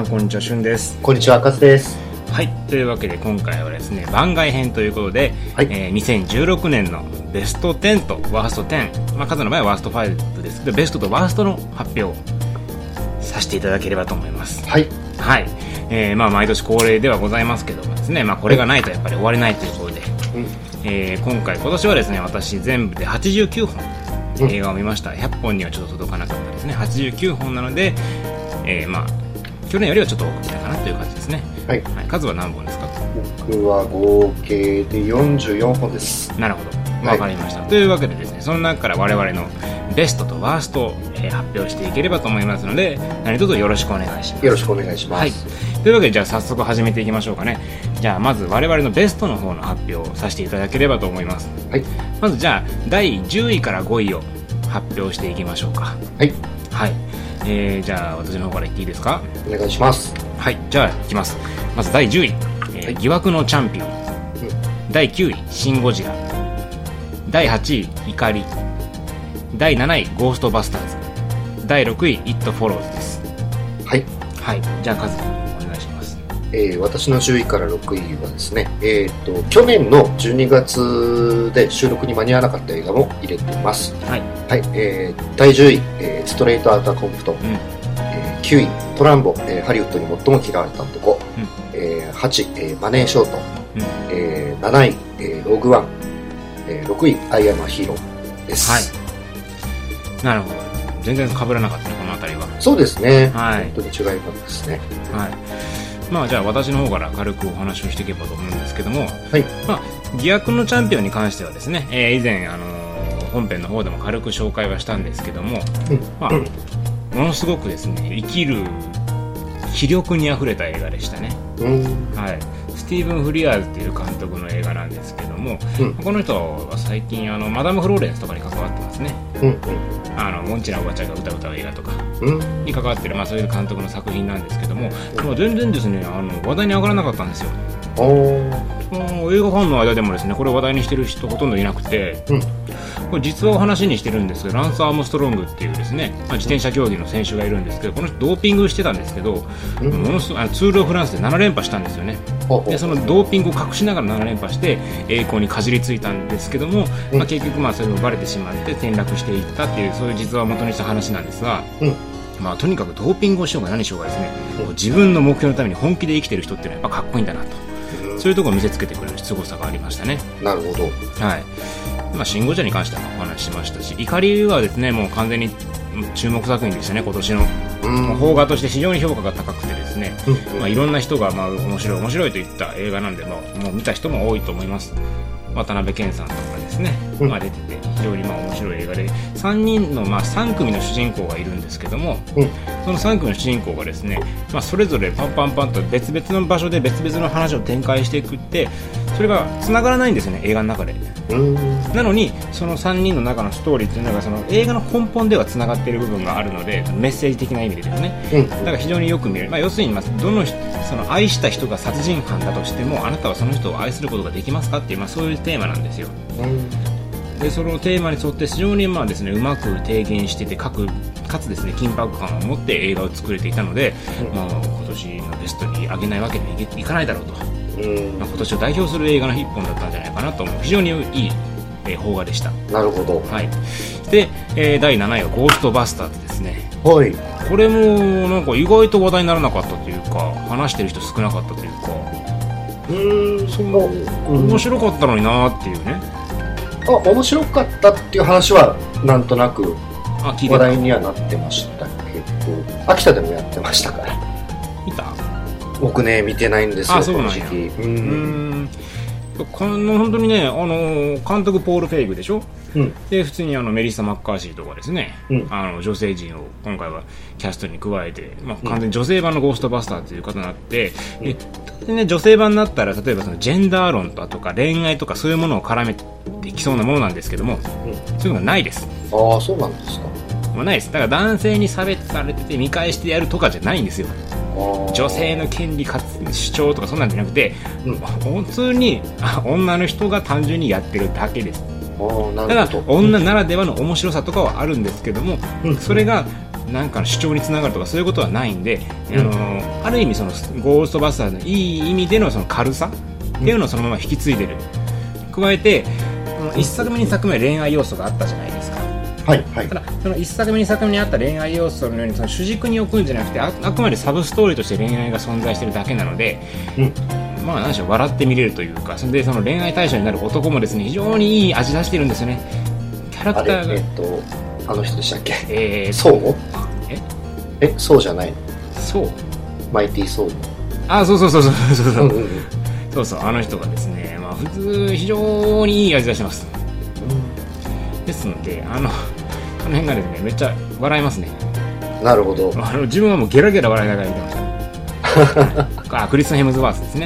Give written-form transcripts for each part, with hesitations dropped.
さんこんにちは、しゅんです。 こんにちは、かずです。 はい、というわけで今回はですね、番外編ということで、はい、2016年のベスト10とワースト10、数の場合はワースト5ですけど、ベストとワーストの発表をさせていただければと思います。 はい、 はい。毎年恒例ではございますけどもですね、これがないとやっぱり終われないということで、今年はですね、私全部で89本映画を見ました。100本にはちょっと届かなかったですね。89本なので、去年よりはちょっと多く見たかなという感じですね。はい。数は何本ですか？ 僕は合計で44本です。 なるほど。わかりました。というわけでですね、その中から我々のベストとワーストを、発表していければと思いますので、何卒よろしくお願いします。 よろしくお願いします。 はい。というわけで、じゃあ早速始めていきましょうかね。じゃあまず我々のベストの方の発表をさせていただければと思います。 はい。 まずじゃあ第10位から5位を発表していきましょうか。 はい。 はい。じゃあ私の方から言っていいですか？ お願いします。 はい。じゃあいきます。まず第10位、疑惑のチャンピオン、第9位シン・ゴジラ、第8位怒り、第7位ゴーストバスターズ、第6位イット・フォローズです。 はい。 はい。じゃあカズお願いします。 私の10位から6位はですね、去年の12月で収録に間に合わなかった映画も入れています。はい。はい。第10位、ストレート・アウター・コンプトン、9位トランボ、ハリウッドに最も嫌われた男、8位、マネーショート、7位、ローグワン、6位アイアム・ア・ヒーローです。 はい。なるほど。全然被らなかったね、この辺りは。 そうですね。 はい。 本当に違いますですね。 はい。じゃあ私の方から軽くお話をしていけばと思うんですけども、はい。疑惑のチャンピオンに関してはですね、以前本編の方でも軽く紹介はしたんですけども、ものすごくですね、生きる気力にあふれた映画でしたね。はい。スティーブン・フリアーズっていう監督の映画なんですけども、この人は最近マダム・フローレンスとかに関わってますね。モンチナおばちゃんが歌う映画とかに関わってる、そういう監督の作品なんですけども、全然ですね、話題に上がらなかったんですよ。映画ファンの間でもですね、これを話題にしてる人ほとんどいなくて、これ実話を話にしてるんですが、ランス・アームストロングっていうですね、自転車競技の選手がいるんですけど、この人ドーピングしてたんですけど、ものすごいツール・オ・フランスで7連覇したんですよね。でそのドーピングを隠しながら7連覇して栄光にかじりついたんですけども、結局それをバレてしまって転落していったっていう、そういう実話を元にした話なんですが、とにかくドーピングをしようが何しようがですね、自分の目標のために本気で生きてる人っていうのはやっぱかっこいいんだなと、そういうところを見せつけてくれる凄さがありましたね。 なるほど。 はい。シン・ゴジラに関してはお話ししましたし、怒りはですね、もう完全に注目作品でしたね、今年の。邦画として非常に評価が高くてですね、いろんな人が面白いといった映画なんで、もう見た人も多いと思います。渡辺謙さんとかですね、出てて非常に面白い映画で、3人の3組の主人公がいるんですけども、その3組の主人公がですね、それぞれパンと別々の場所で別々の話を展開していくって、それが繋がらないんですよね、映画の中で。なのにその3人の中のストーリーっていうのがその映画の根本では繋がっている部分があるので、メッセージ的な意味でですね、だから非常によく見える。要するにどのその愛した人が殺人犯だとしても、あなたはその人を愛することができますかっていう、そういうテーマなんですよ。でそのテーマに沿って非常にですね、うまく提言してて、かつですね、緊迫感を持って映画を作れていたので、今年のベストに上げないわけにはいかないだろうと、今年を代表する映画の一本だったんじゃないかなと思う、非常にいい邦画でした。 なるほど。 はい。で、第7位はゴーストバスターズですね。 はい。 これもなんか意外と話題にならなかったというか、話してる人少なかったというか、面白かったのになーっていうね。 面白かったっていう話はなんとなく話題にはなってましたけど、秋田でもやってましたから。 見た？ 僕ね、見てないんですよ、 そうなんや。本当にね、監督ポール・フェイグでしょ、で普通にメリッサ・マッカーシーとかですね、女性陣を今回はキャストに加えて、完全に女性版のゴーストバスターという方になって、でね、女性版になったら例えばそのジェンダー論とか恋愛とかそういうものを絡めてきそうなものなんですけども、そういうのがないです。 そうなんですか。 ないです。だから男性に差別されてて見返してやるとかじゃないんですよ。女性の権利主張とかそんなんじゃなくて、普通に女の人が単純にやってるだけです。ただ女ならではの面白さとかはあるんですけども、それがなんかの主張につながるとかそういうことはないんで、ある意味そのゴーストバスターズのいい意味でのその軽さっていうのをそのまま引き継いでる。加えて1作目2作目は恋愛要素があったじゃないですか。 はいはい、 ただその1作目2作目にあった恋愛要素のようにその主軸に置くんじゃなくて あくまでサブストーリーとして恋愛が存在してるだけなので、まあ何でしょう、笑って見れるというか、それでその恋愛対象になる男もですね非常にいい味出してるんですよね。キャラクターがあの人でしたっけ、そうそうじゃないの、 そうマイティーソウあ、そうそうあの人がですね、まあ普通非常にいい味出してます。ですのでこの辺がですねめっちゃ笑いますね。 なるほど。 自分はもうゲラゲラ笑いながら見てましたクリストン・ヘムズワースですね。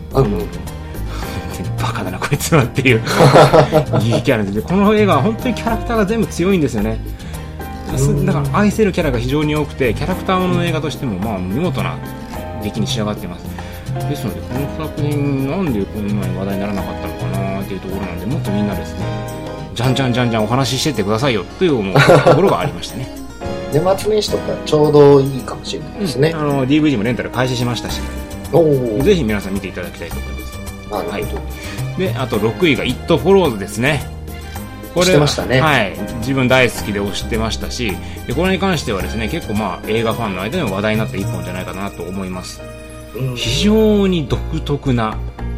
バカだなこいつはっていういいキャラで、この映画は本当にキャラクターが全部強いんですよね。だから愛せるキャラが非常に多くて、キャラクターもの映画としてもまあ見事な出来に仕上がってます。ですのでこの作品なんでこんなに話題にならなかったのかなっていうところなんで、もっとみんなですねじゃんじゃんお話ししてってくださいよという思うところがありましたね年末年始とかちょうどいいかもしれないですね。 DVD もレンタル開始しましたし、ぜひ皆さん見ていただきたいと思います。 なるほど、はい、 であと6位が It Follows ですね。 これしてましたね。 はい、自分大好きで推してましたし、でこれに関してはですね結構まあ映画ファンの間でも話題になった一本じゃないかなと思います。非常に独特な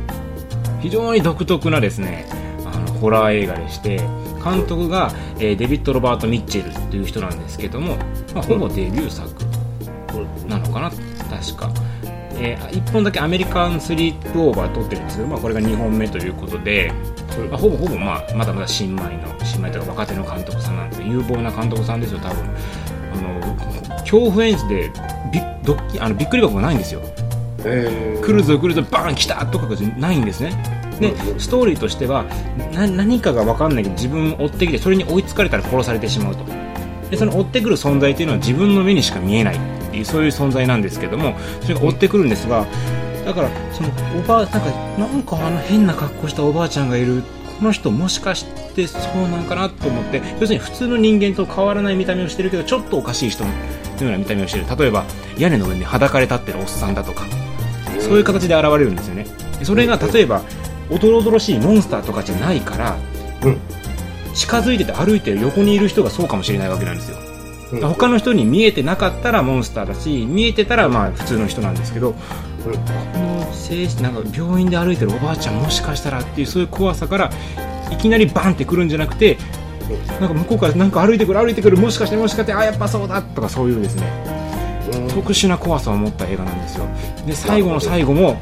ですねホラー映画でして、監督が、デビッド・ロバート・ミッチェルという人なんですけども、まあ、ほぼデビュー作なのかな確か、1本だけアメリカンスリープオーバー撮ってるんですけど、まあ、これが2本目ということで、まあ、ほぼまあ、まだまだ新米というか若手の監督さんなんですよ。有望な監督さんですよ。多分恐怖演出でびっくり箱がないんですよ。来るぞバーン来たとかじゃないんですね。でストーリーとしては何かが分かんないけど自分を追ってきて、それに追いつかれたら殺されてしまうと。でその追ってくる存在というのは自分の目にしか見えないっていう、そういう存在なんですけども、それが追ってくるんですが、だからそのなんか変な格好したおばあちゃんがいる、この人もしかしてそうなんかなと思って、要するに普通の人間と変わらない見た目をしてるけどちょっとおかしい人のような見た目をしてる。例えば屋根の上に裸で立ってるおっさんだとか、そういう形で現れるんですよね。それが例えばおどろおどろしいモンスターとかじゃないから、近づいてて歩いてる横にいる人がそうかもしれないわけなんですよ。他の人に見えてなかったらモンスターだし、見えてたらまあ普通の人なんですけど、このなんか病院で歩いてるおばあちゃんもしかしたらっていう、そういう怖さからいきなりバンってくるんじゃなくて、なんか向こうからなんか歩いてくるもしかしてあやっぱそうだとか、そういうですね特殊な怖さを持った映画なんですよ。で最後の最後も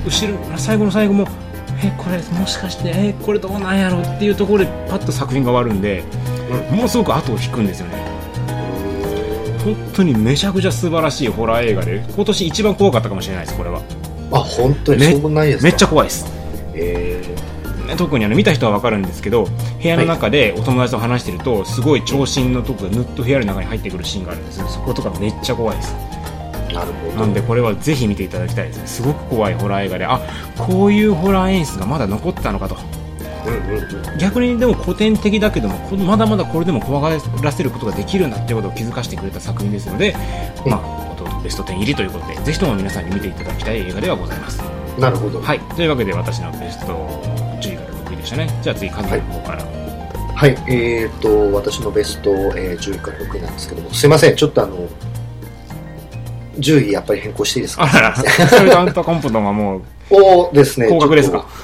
これもしかしてこれどうなんやろっていうところでパッと作品が終わるんで、ものすごく後を引くんですよね。本当にめちゃくちゃ素晴らしいホラー映画で、今年一番怖かったかもしれないです。これは本当にそうないですか。 めっちゃ怖いです。特に見た人は分かるんですけど、部屋の中でお友達と話してるとすごい長身のとこがぬっと部屋の中に入ってくるシーンがあるんですよ。そことかめっちゃ怖いです。 なるほど。 なんでこれはぜひ見ていただきたいですね。すごく怖いホラー映画で、こういうホラー演出がまだ残ったのかと。逆にでも古典的だけどもまだまだこれでも怖がらせることができるんだっていうことを気づかせてくれた作品ですので、ベスト10入りということで、ぜひとも皆さんに見ていただきたい映画ではございます。 なるほど。 はい、というわけで私のベスト10位から6位でしたね。じゃあ次カズの方から。 はい、私のベスト、10位から6位なんですけども、すいません、ちょっと10位やっぱり変更していいですか。 それとアンタコンプトンはもうですね、 高額ですか。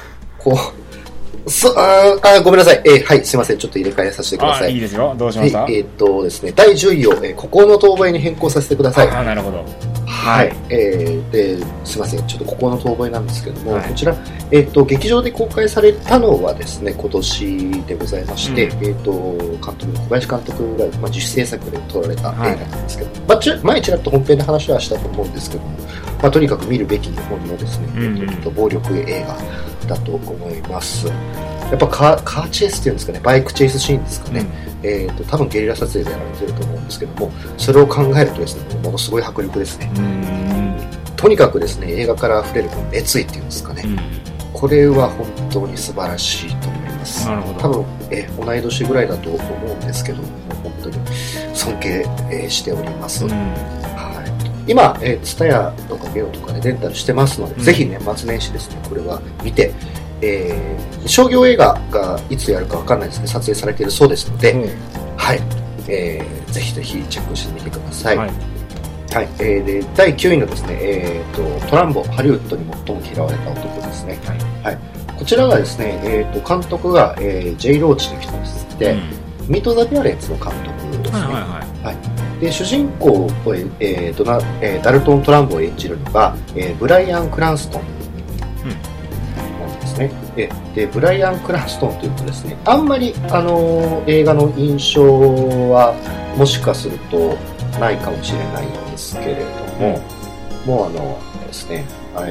ごめんなさい。はい、すいません。ちょっと入れ替えさせてください。 いいですよ。どうしました？ ですね、第10位を、孤高の遠吠えに変更させてください。 なるほど。 はい。すいません。ちょっと孤高の遠吠えなんですけども、こちら、劇場で公開されたのはですね、今年でございまして、監督の小林監督が、自主制作で撮られた映画なんですけど、前ちらっと本編で話はしたと思うんですけども、とにかく見るべき日本のですね、暴力映画だと思います。やっぱカーチェイスっていうんですかね、バイクチェイスシーンですかね、多分ゲリラ撮影でやられてると思うんですけども、それを考えるとですね、ものすごい迫力ですね。とにかくですね、映画から溢れるこの熱意っていうんですかね、これは本当に素晴らしいと思います。 なるほど。 多分同い年ぐらいだと思うんですけども、本当に尊敬、しております。今、TSUTAYA とかゲオとかでレンタルしてますので、ぜひ年末年始ですね、これは見て、商業映画がいつやるかわかんないですね、撮影されているそうですので、はい、ぜひぜひチェックしてみてください。はい。で、第9位のですね、トランボ、ハリウッドに最も嫌われた男ですね。はい。こちらがですね、監督が、J. ローチという人でして、ミート・ザ・ピアレンツの監督ですね。で主人公を、ダルトン・トランボを演じるのが、ブライアン・クランストンなんですね。でブライアン・クランストンというとですね、あんまり、映画の印象はもしかするとないかもしれないんですけれども、もうですね、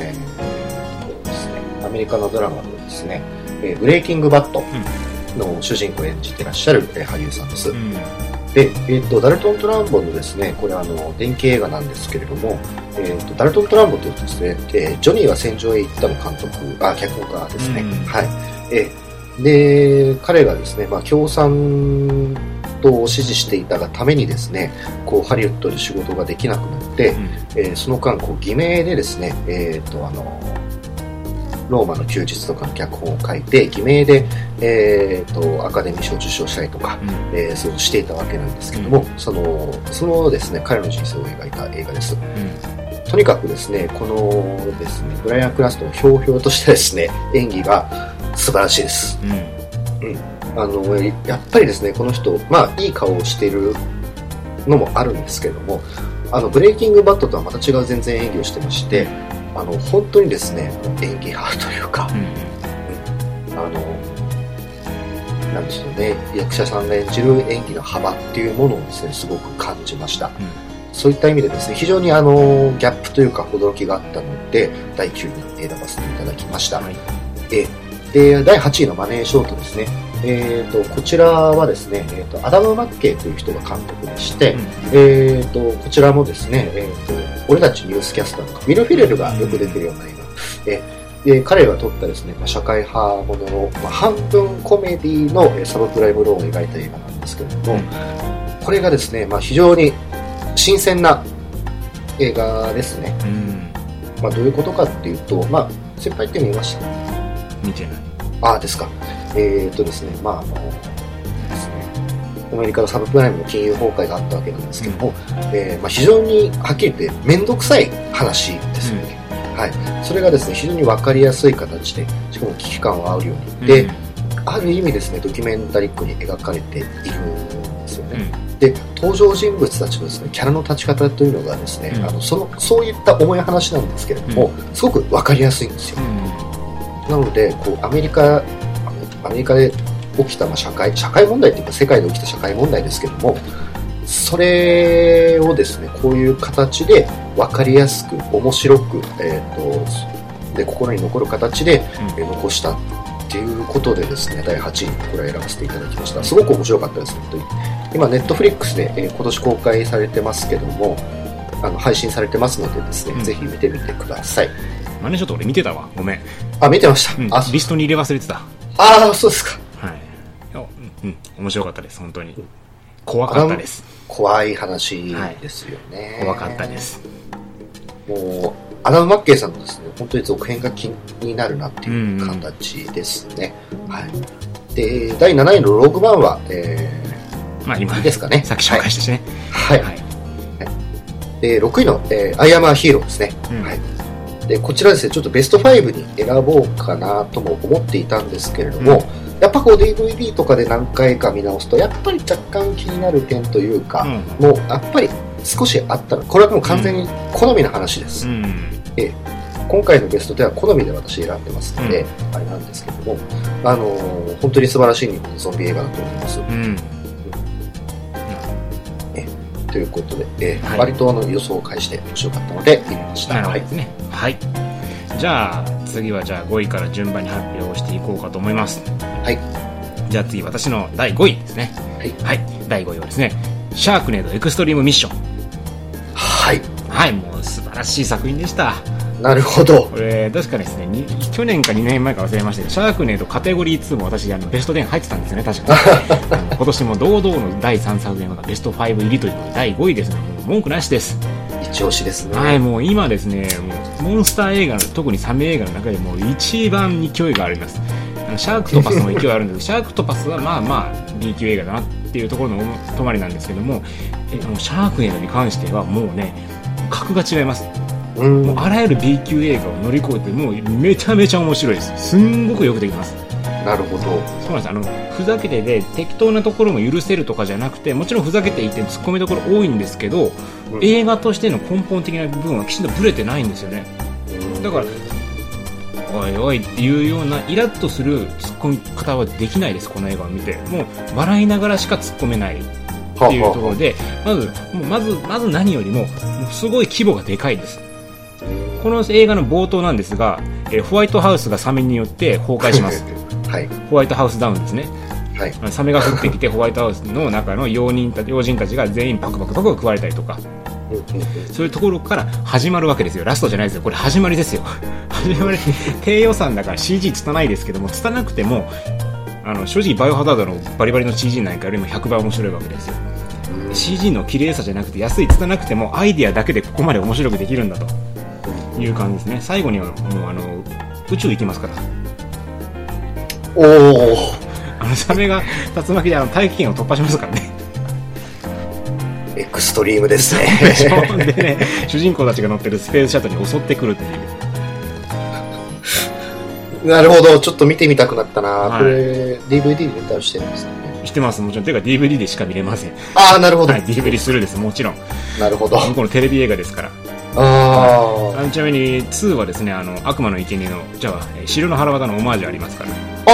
アメリカのドラマでですね、ブレイキングバッドの主人公を演じていらっしゃる、俳優さんです。で、ダルトン・トランボのですね、これ電気映画なんですけれども、ダルトン・トランボというとですね、ジョニーは戦場へ行ったの脚本家ですね。はい。で、彼がですね、共産党を支持していたがためにですね、ハリウッドで仕事ができなくなって、その間、偽名でですね、ローマの休日とかの脚本を書いて偽名で、アカデミー賞を受賞したりとか、そうしていたわけなんですけども、そのですね、彼の人生を描いた映画です。とにかくですね、このですね、ブライアン・クランストンのひょうひょうとしたですね、演技が素晴らしいです。やっぱりですね、この人、いい顔をしているのもあるんですけれども、ブレイキングバッドとはまた違う全然演技をしてまして、本当にですね、演技派というか、なんでしょうね、役者さんが演じる演技の幅っていうものをですね、すごく感じました。そういった意味でですね、非常にギャップというか驚きがあったので、第9位に選ばせていただきました。で、第8位のマネーショートですね。こちらはですね、アダム・マッケイという人が監督でして、こちらもですね、俺たちニュースキャスターとか、ウィル・フィレルがよく出てるような映画。で彼が撮ったですね、社会派ものの、半分コメディのサブプライムローンを描いた映画なんですけれども、これがですね、非常に新鮮な映画ですね。どういうことかっていうと、先輩って見ました？ 見てない。 ですか。ですね、アメリカのサブプライムの金融崩壊があったわけなんですけども、非常にはっきり言って面倒くさい話ですよね。それがですね、非常に分かりやすい形で、しかも危機感を煽るように、で、ある意味ですね、ドキュメンタリックに描かれているんですよね。で、登場人物たちのですね、キャラの立ち方というのがですね、そういった重い話なんですけれども、すごく分かりやすいんですよ。なので、アメリカで起きた社会問題というか世界で起きた社会問題ですけども、それをですね、こういう形で分かりやすく面白く、で心に残る形で、残したっていうことでですね、第8位にこれを選ばせていただきました。すごく面白かったです、本当に。今ネットフリックスで、今年公開されてますけども、配信されてますのでですね、ぜひ見てみてください。 マネーショット俺見てたわ、ごめん。 見てました。 リストに入れ忘れてた。 そうですか。 面白かったです、本当に。怖かったです。 怖い話ですよね。 怖かったです。 もうアダム・マッケイさんのですね、本当に続編が気になるなっていう形ですね。で、第7位のローグマンは、 今いいですかね。 さっき紹介したしね。 で、6位の、アイアム・ア・ヒーローですね。で、こちらですね、ちょっとベスト5に選ぼうかなとも思っていたんですけれども、やっぱDVD とかで何回か見直すと、やっぱり若干気になる点というか、もうやっぱり少しあったら、これはもう完全に好みの話です。今回のベストでは好みで私選んでますので、あれなんですけども、本当に素晴らしい日本のゾンビ映画だと思います。ということで、割と予想を返して面白かったので入れました。 なるほどですね。じゃあ次は5位から順番に発表していこうかと思います。じゃあ次、私の第5位ですね。第5位はですね、シャークネードエクストリームミッション。もう素晴らしい作品でした。 なるほど。 これ確かですね、去年か2年前か忘れましたけど、シャークネードカテゴリー2も私ベスト10入ってたんですよね、確かに。今年も堂々の第3作目がベスト5入りということで第5位ですね。もう文句なしです。 一押しですね。 はい、もう今ですね、もうモンスター映画の、特にサメ映画の中でも一番勢いがあります。シャークトパスも勢いあるんですけど、シャークトパスはまあまあ B 級映画だなっていうところの止まりなんですけども、シャークネードに関してはもうね、格が違います。もうあらゆる B 級映画を乗り越えて、もうめちゃめちゃ面白いです。すんごくよくできます。 なるほど。 そうなんです。ふざけてで適当なところも許せるとかじゃなくて、もちろんふざけていて突っ込みどころ多いんですけど、映画としての根本的な部分はきちんとブレてないんですよね。だからおいおいっていうようなイラッとする突っ込み方はできないです。この映画を見てもう笑いながらしか突っ込めないっていうところで、まず何よりもすごい規模がでかいです。この映画の冒頭なんですが、ホワイトハウスがサメによって崩壊します、はい、ホワイトハウスダウンですね、はい、サメが降ってきてホワイトハウスの中の要人たちが全員パクパク食われたりとか、そういうところから始まるわけですよ。ラストじゃないですよ、これ始まりですよ。始まり低予算だから CG つたないですけども、つたなくても正直バイオハザードのバリバリの CG なんかよりも100倍面白いわけですよ。CG の綺麗さじゃなくて安いつたなくてもアイディアだけでここまで面白くできるんだという感じですね。最後にはもう宇宙行きますから。 おお。 サメが竜巻で大気圏を突破しますからね。 エクストリームですね。 でね、主人公たちが乗ってるスペースシャトルに襲ってくるっていう。 なるほど、ちょっと見てみたくなったな、はい、これ DVD でレンタルしてるんですかね。 してます、もちろん。というか DVD でしか見れません。 ああ、なるほど、はい、 DVD スルーです、もちろん。 なるほど。 このテレビ映画ですから。ちなみに2はですね、悪魔の生贄の城の腹渡のオマージュありますから。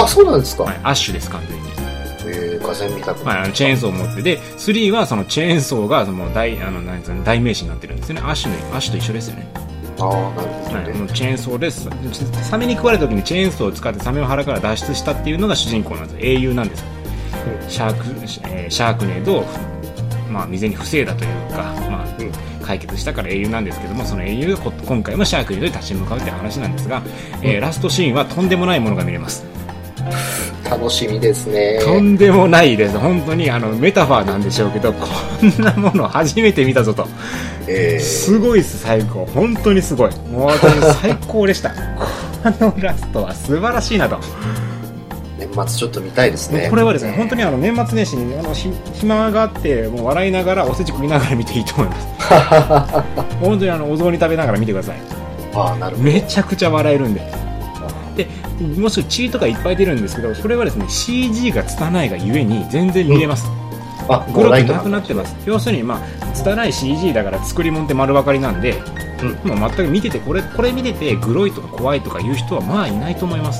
あ、そうなんですか。 はい、アッシュです、完全に。 画面見たくない、 はい、チェーンソーを持ってで、3はそのチェーンソーがその代名詞になってるんですよね。アッシュと一緒ですよね。 ああ、なるほど、ね、 はい、チェーンソーです。サメに食われた時にチェーンソーを使ってサメを腹から脱出したっていうのが主人公なんです。英雄なんです、シャークネードを、未然に防いだというか、解決したから英雄なんですけども、その英雄が今回もシャークネードに立ち向かうという話なんですが、ラストシーンはとんでもないものが見れます。 楽しみですね。 とんでもないです。本当にメタファーなんでしょうけど、こんなもの初めて見たぞと、すごいです。最高、本当にすごい、もう最高でした。このラストは素晴らしいなと。 年末ちょっと見たいですね。 これはですね、本当に年末年始に暇があってもう笑いながらおせち食いながら見ていいと思います本当にお雑煮食べながら見てください。 あ、なるほど。 めちゃくちゃ笑えるんで。でもし血とかいっぱい出るんですけど、それはですね CG が拙いがゆえに全然見れます、グロくなくなってます。要するに拙い CG だから作り物って丸分かりなんで、もう全く見ててこれ見ててグロいとか怖いとかいう人はいないと思います。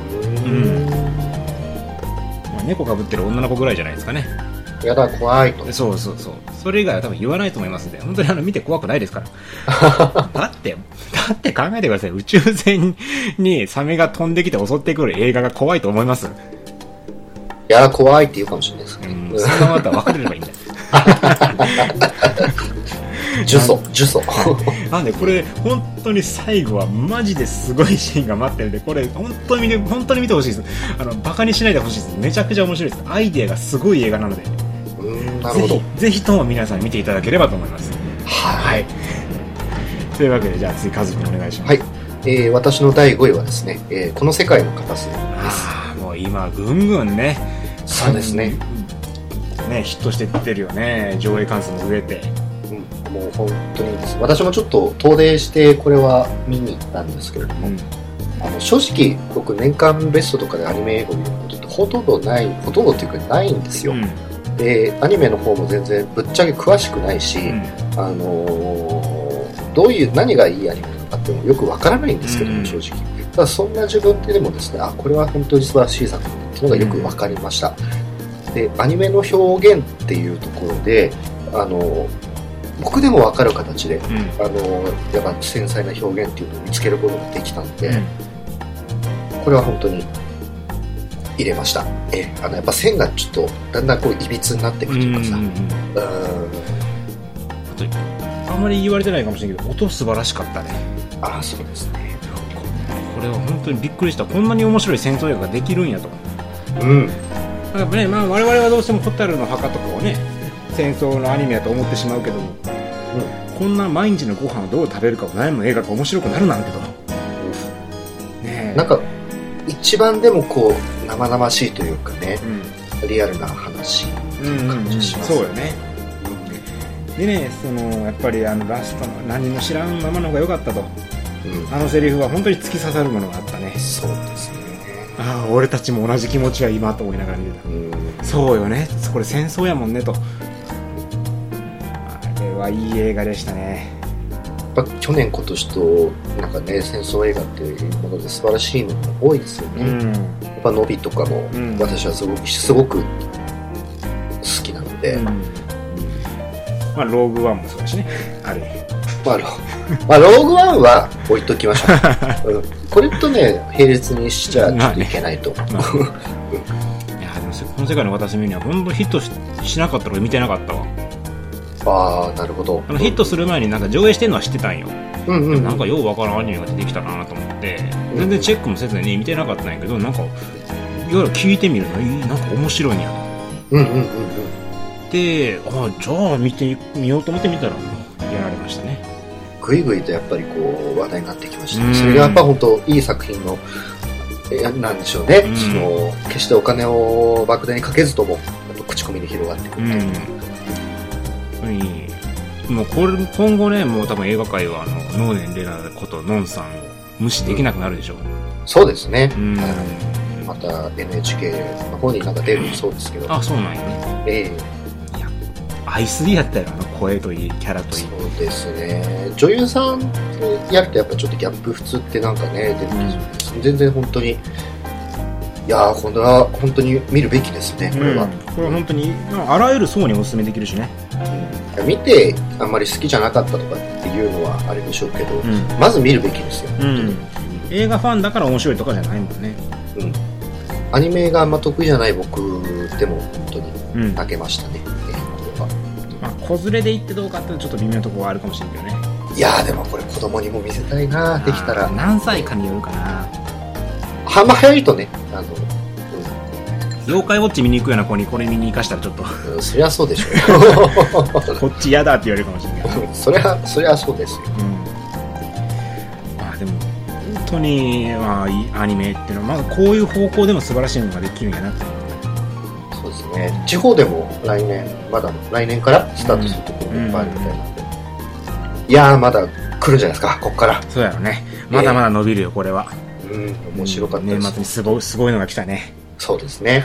猫かぶってる女の子ぐらいじゃないですかね。 やだ怖いと。 そうそれ以外は多分言わないと思いますんで、本当に見て怖くないですからだって考えてください。宇宙船にサメが飛んできて襲ってくる映画が怖いと思います？いや怖いって言うかもしれないですね。 そのままとは分かれればいいんだよ呪詛なんでこれ本当に最後はマジですごいシーンが待ってるんで、これ本当に見てほしいです。バカにしないでほしいです。めちゃくちゃ面白いです。アイデアがすごい映画なので、 なるほど、 ぜひとも皆さん見ていただければと思います。はい、というわけで、じゃあ次カズ君お願いします。 はい、私の第5位はですね、この世界の片隅です。 もう今ぐんぐんね、 そうですね、 ヒットしていってるよね。上映関数も増えて、 もう本当にです。私もちょっと遠出してこれは見に行ったんですけれども、正直僕年間ベストとかでアニメ映画を見ることってほとんどっていうかないんですよ。でアニメの方も全然ぶっちゃけ詳しくないし、どういう何がいいアニメなのかってよくわからないんですけども、正直。ただそんな自分でもですね、これは本当に素晴らしい作品っていうのがよくわかりました。でアニメの表現っていうところで僕でも分かる形で、やっぱ繊細な表現っていうのを見つけることができたので、これは本当に入れました。やっぱ線がちょっとだんだんこういびつになっていくというかさ、 あんまり言われてないかもしれないけど、音素晴らしかったね。 ああ、そうですね。 これは本当にびっくりした。こんなに面白い戦争映画ができるんやと。 うん。 だからね、まあ我々はどうしても蛍の墓とかをね、戦争のアニメだと思ってしまうけども、こんな毎日のご飯をどう食べるかを悩む映画が面白くなるなんてと。ね、なんか一番でもこう生々しいというかね、リアルな話っていう感じがします。 そうよね。でね、やっぱりラストの何も知らんままの方が良かったと。あのセリフは本当に突き刺さるものがあったね。 そうですね。 ああ、俺たちも同じ気持ちは今と思いながら見てた。そうよね、これ戦争やもんねと。あれはいい映画でしたね。 やっぱ去年今年となんかね、戦争映画っていうもので素晴らしいのも多いですよね。やっぱノビとかも私はすごく好きなので、 まあローグワンもそうだしね、あれ。 まあローグワンは置いときましょう。これとね、並列にしちゃちょっといけないと。いや、でもこの世界の片隅には本当ヒット しなかったら見てなかったわ。 ああ、なるほど。 ヒットする前になんか上映してるのは知ってたんよ。なんかようわからんアニメが出てきたなと思って、全然チェックもせずに見てなかったんやけど、なんかいわゆる聞いてみるとなんか面白いんやと。で、じゃあ見ようと思って見たらやられましたね。 ぐいぐいとやっぱりこう話題になってきましたね。それがやっぱ本当いい作品のなんでしょうね。決してお金を莫大にかけずとも口コミで広がってくるという。 もう今後ね、もう多分映画界は能年レナことノンさんを無視できなくなるでしょう。 そうですね。また NHK の方になんか出るそうですけど。 あ、そうなんやね。いや、愛すぎやったよ、声といいキャラといい。 そうですね。女優さんやるとやっぱちょっとギャップ普通ってなんかね出るんですよね。全然本当に、いやー、これは本当に見るべきですね。これは本当にあらゆる層におすすめできるしね。 見てあんまり好きじゃなかったとかっていうのはあれでしょうけど、まず見るべきですよ。映画ファンだから面白いとかじゃないもんね。 アニメがあんま得意じゃない僕でも本当に泣けましたね。これは。 まあ子連れで行ってどうかってちょっと微妙なところはあるかもしれないけどね。 いやー、でもこれ子供にも見せたいな、できたら。 何歳かによるかな。 あんま早いとね、 妖怪ウォッチ見に行くような子にこれ見に行かしたらちょっと、 そりゃそうでしょこっち嫌だって言われるかもしれないけどそりゃそうですよ。 まあでも本当に、アニメっていうのは、こういう方向でも素晴らしいのができるんやなって。 そうですね。地方でもまだ来年からスタートするところもいっぱいあるみたいなんで、いやー、まだ来るんじゃないですか、こっから。 そうやろね。まだまだ伸びるよ、これは。 面白かったです。 年末にすごいのが来たね。 そうですね。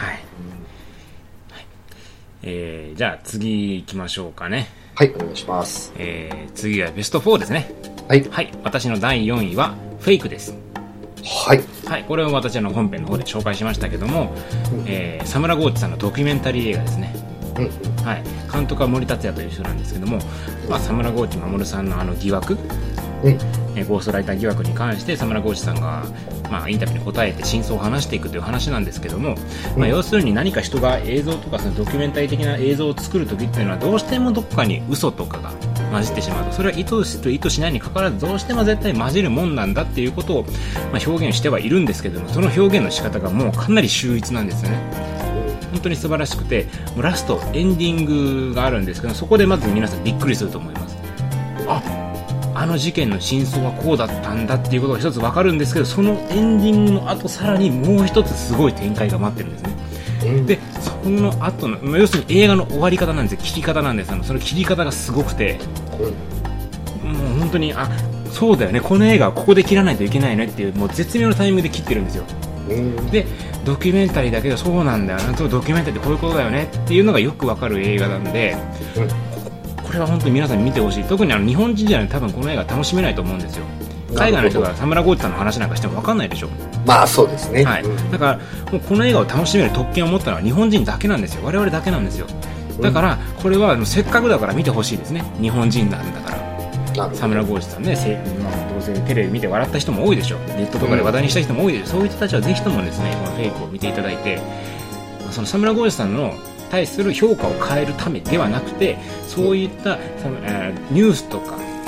じゃあ次行きましょうかね。 はい、お願いします。 次はベスト4ですね。はい。私の第4位はフェイクです。はい。これを私本編の方で紹介しましたけども、サムラゴーチさんのドキュメンタリー映画ですね。監督は森達也という人なんですけども、サムラゴーチ守さんの疑惑、ゴーストライター疑惑に関してサムラゴーチさんが、インタビューに答えて真相を話していくという話なんですけども、要するに何か人が映像とかそのドキュメンタリー的な映像を作るときっていうのはどうしてもどこかに嘘とかが混じってしまうと、それは意図と意図しないにかかわらずどうしても絶対混じるもんなんだっていうことを、表現してはいるんですけども、その表現の仕方がもうかなり秀逸なんですよね。本当に素晴らしくて、もうラストエンディングがあるんですけど、そこでまず皆さんびっくりすると思います。あの事件の真相はこうだったんだっていうことが一つ分かるんですけど、そのエンディングの後さらにもう一つすごい展開が待ってるんですね。でその後の要するに映画の終わり方なんですよ。切り方なんです。その切り方がすごくて、もう本当にそうだよね、この映画はここで切らないといけないねっていう、もう絶妙なタイミングで切ってるんですよ。でドキュメンタリーだけどそうなんだよな、ドキュメンタリーってこういうことだよねっていうのがよく分かる映画なんで、これは本当に皆さんに見てほしい。特に日本人じゃないと多分この映画楽しめないと思うんですよ。海外の人がサムラゴーチさんの話なんかしても分かんないでしょ。 そうですね。 だからもうこの映画を楽しめる特権を持ったのは日本人だけなんですよ。我々だけなんですよ。だからこれはせっかくだから見てほしいですね。日本人なんだから。サムラゴーチさんね、どうせテレビ見て笑った人も多いでしょ。ネットとかで話題にした人も多いでしょ。そういう人たちはぜひともですね、このフェイクを見ていただいて、そのサムラゴーチさんの対する評価を変えるためではなくて、そういったニュースとか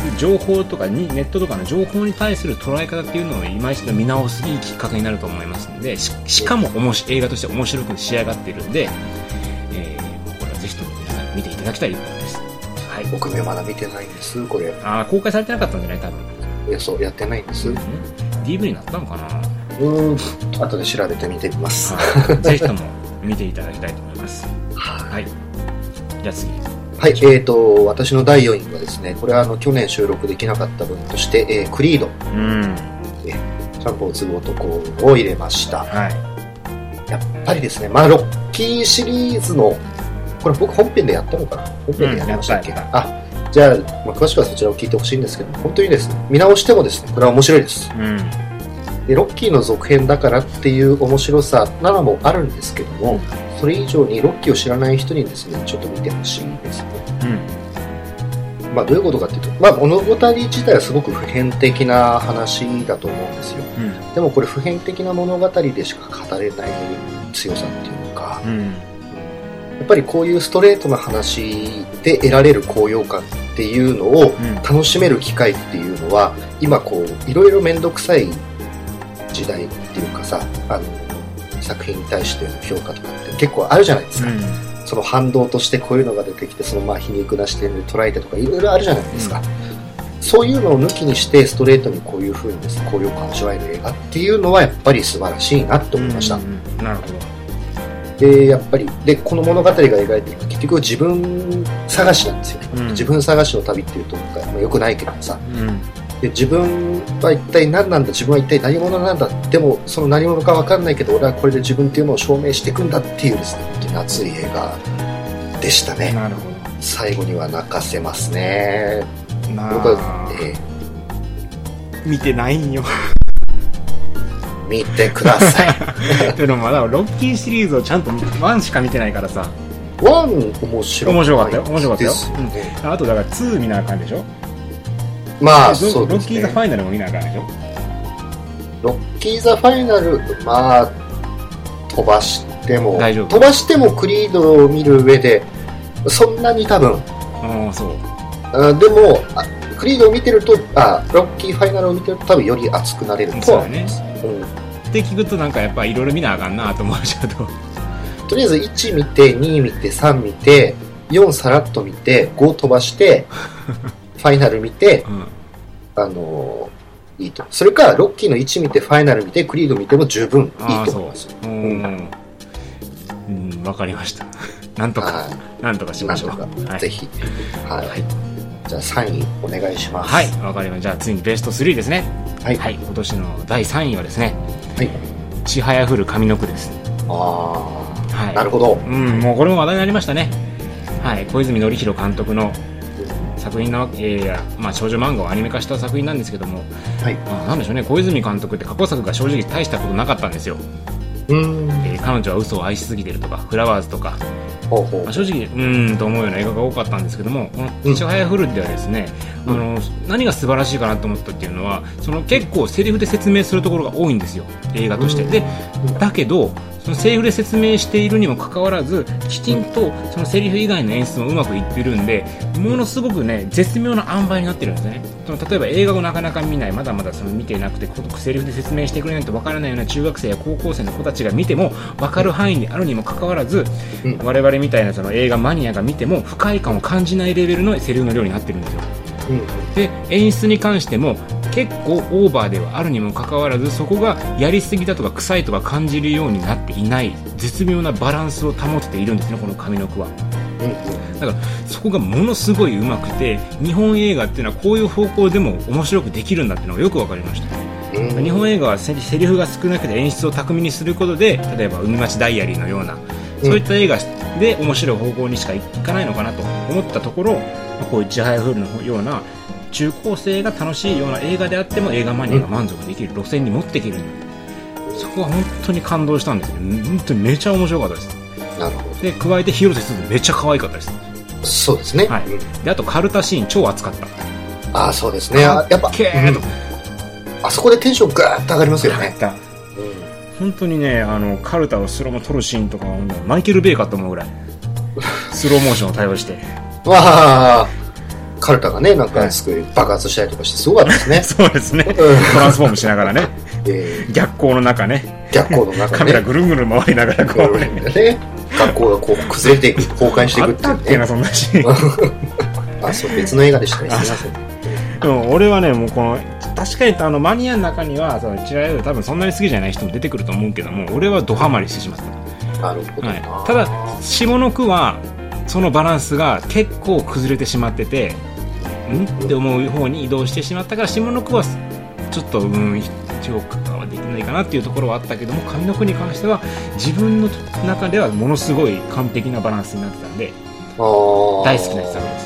情報とかにネットとかの情報に対する捉え方っていうのを今一度見直すいいきっかけになると思いますので、しかも映画として面白く仕上がっているんで、これはぜひとも皆さん見ていただきたい一本です。はい、 僕まだ見てないんです。これ公開されてなかったんじゃない？多分。 いや、そうやってないんです。 DV になったのかな。 後で調べてみてみます。 ぜひとも見ていただきたいと思います。はい。じゃあ次。 はい、私の第4位はですね、これは去年収録できなかった分として、クリード。シャンプーを継ぐ男を入れました。はい。やっぱりですね、ロッキーシリーズの、これ僕本編でやったのかな？本編でやりましたっけ？じゃあ、詳しくはそちらを聞いてほしいんですけど、本当にですね、見直してもですね、これは面白いです。で、ロッキーの続編だからっていう面白さなどもあるんですけども、それ以上にロッキーを知らない人にですね、ちょっと見てほしいですね。どういうことかっていうと、物語自体はすごく普遍的な話だと思うんですよ。でもこれ普遍的な物語でしか語れない強さっていうのか、やっぱりこういうストレートな話で得られる高揚感っていうのを楽しめる機会っていうのは、今こういろいろめんどくさい時代っていうかさ、作品に対しての評価とかって結構あるじゃないですか。その反動としてこういうのが出てきて、その皮肉な視点で捉えてとかいろいろあるじゃないですか。そういうのを抜きにしてストレートにこういう風にですね、高揚感を味わえる映画っていうのはやっぱり素晴らしいなと思いました。 なるほど。 で、やっぱり、この物語が描いているのは結局自分探しなんですよね。自分探しの旅っていうと良くないけどさ、で、自分は一体何なんだ、自分は一体何者なんだ、でもその何者か分かんないけど俺はこれで自分っていうのを証明していくんだっていうですね、本当に熱い映画でしたね。 なるほど。 最後には泣かせますね。僕は、 見てないんよ。 見てください。 でもまだロッキーシリーズをちゃんと1しか見てないからさ。 1面白かったよ。面白かったよ。あとだから2見なあかんでしょ。 そうですね。 ロッキーザファイナルも見なあかんでしょ。 ロッキーザファイナル、飛ばしても大丈夫。 飛ばしてもクリードを見る上でそんなに多分。 そう。 でもクリードを見てると、ロッキーファイナルを見てると多分より熱くなれるとは思います。 って聞くとなんかやっぱいろいろ見なあかんなと思うちゃうと。 とりあえず1見て2見て3見て4さらっと見て5飛ばしてファイナル見て、いいと。それかロッキーの1見てファイナル見てクリード見ても十分いいと思います。 わかりました。なんとかしましょう。 ぜひ。はい。じゃあ3位お願いします。 はい、わかりました。じゃあ次にベスト3ですね。 はい。 今年の第3位はですね、 はい。 ちはやふる上の句です。 はい。なるほど。 もうこれも話題になりましたね。はい。小泉紀弘監督の作品な少女漫画をアニメ化した作品なんですけども、はい。なんでしょうね、小泉監督って過去作が正直大したことなかったんですよ。彼女は嘘を愛しすぎてるとか、フラワーズとか、正直と思うような映画が多かったんですけども、このちはやふるではですね、何が素晴らしいかなと思ったっていうのは、結構セリフで説明するところが多いんですよ、映画として。で、だけどそのセリフで説明しているにもかかわらず、きちんとそのセリフ以外の演出もうまくいってるんで、ものすごくね、絶妙な塩梅になってるんですね。例えば映画をなかなか見ない、まだまだ見ていなくてセリフで説明してくれないとわからないような中学生や高校生の子たちが見ても分かる範囲にあるにもかかわらず、我々みたいな映画マニアが見ても不快感を感じないレベルのセリフの量になってるんですよ。で、演出に関しても結構オーバーではあるにもかかわらず、そこがやりすぎだとか臭いとか感じるようになっていない絶妙なバランスを保てているんですね、この上の句は。だからそこがものすごい上手くて、日本映画っていうのはこういう方向でも面白くできるんだっていうのがよく分かりました。日本映画はセリフが少なくて演出を巧みにすることで、例えば海町ダイアリーのようなそういった映画で面白い方向にしかいかないのかなと思ったところ、こういうちはやふるのような中高生が楽しいような映画であっても映画マニアが満足できる路線に持っていける、そこは本当に感動したんですよ。本当にめちゃ面白かったです。 なるほど。 で、加えて広瀬すずめっちゃ可愛かったです。 そうですね。 はい。で、あとカルタシーン超熱かった。 そうですね。やっぱあそこでテンションガーッと上がりますよね。 本当にね、カルタをスローも撮るシーンとかマイケル・ベイかと思うぐらいスローモーションを対応してカルタがね、なんかすごい爆発したりとかしてすごかったですね。 そうですね。トランスフォームしながらね。逆光の中ね。 逆光の中ね。 カメラぐるぐる回りながらこうね。 学校がこう崩れていく、崩壊していくっていうね。 あったっけな、そんなシーン。 あ、そう、別の映画でしたね。すいません。 でも俺はね、もうこの、確かにマニアの中には、その違う、多分そんなに好きじゃない人も出てくると思うけども、俺はドハマりしてしまった。 なるほど。 ただ、下の句は、そのバランスが結構崩れてしまってて、って思う方に移動してしまったから、下の句はちょっと評価はできないかなっていうところはあったけども、上の句に関しては自分の中ではものすごい完璧なバランスになってたんで、大好きな作品です。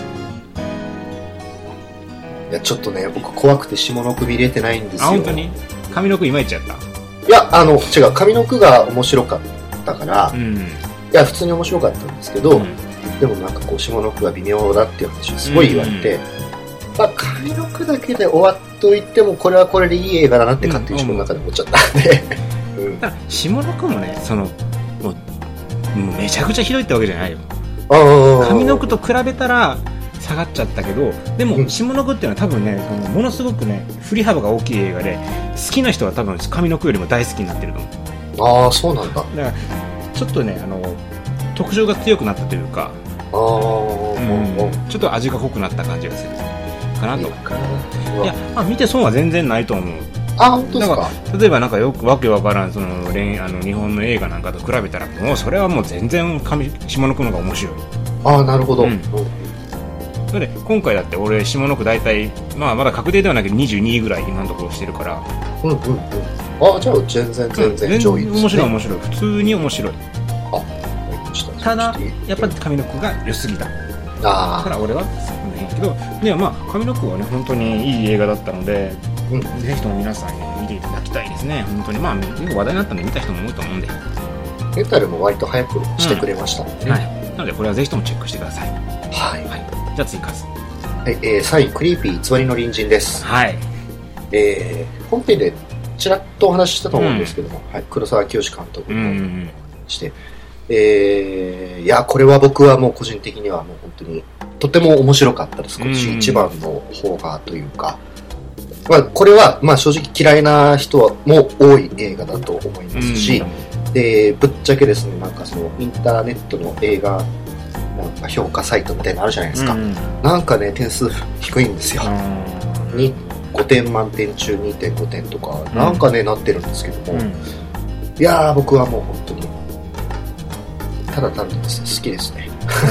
いや、ちょっとね、僕怖くて下の句見れてないんですよ。 本当に上の句いまいちやった？ いや、違う、上の句が面白かったから、いや、普通に面白かったんですけど、でもなんかこう下の句が微妙だっていう話をすごい言われて、まあ、上の句だけで終わっといてもこれはこれでいい映画だなって勝手に自分の中で思っちゃったんで、 だから下の句もね、もうめちゃくちゃひどいってわけじゃないよ。上の句と比べたら下がっちゃったけど、でも下の句っていうのは多分ね、ものすごくね振り幅が大きい映画で、好きな人は多分上の句よりも大好きになってると思う。ああ、そうなんだ。 だからちょっとね、特徴が強くなったというか、ちょっと味が濃くなった感じがするかなと。いや、まあ、見て損は全然ないと思う。 あ、本当ですか。 例えばなんかよくわけわからん日本の映画なんかと比べたら、もうそれはもう全然下の句の方が面白い。 ああ、なるほど。 それで今回だって俺下の句大体、まあ、まだ確定ではないけど22位ぐらい今のところしてるから。 ああ、じゃあ全然上位ですね。 面白い普通に面白い。ただやっぱり上の句が良すぎた。だから俺はそうねけど、でもまあ上の句はね本当にいい映画だったので、ぜひとも皆さんに見ていただきたいですね。本当にまあ話題になったんで見た人も多いと思うんで。 レンタルも割と早くしてくれましたので、 はい。なのでこれはぜひともチェックしてください。はい。じゃあ次カズ。 はい。3位クリーピー偽りの隣人です。 はい。 本編でちらっとお話ししたと思うんですけども、はい、黒沢清監督のして。いや、これは僕はもう個人的にはもう本当にとても面白かったです。今年一番の邦画というか、まあ、これはまあ正直嫌いな人も多い映画だと思いますし、でぶっちゃけですね、なんかそのインターネットの映画なんか評価サイトみたいなのあるじゃないですか、なんかね点数低いんですよ。5点満点中 2.5 点とかなんかねなってるんですけども、いやー僕はもう本当にただ単にですね好きですね。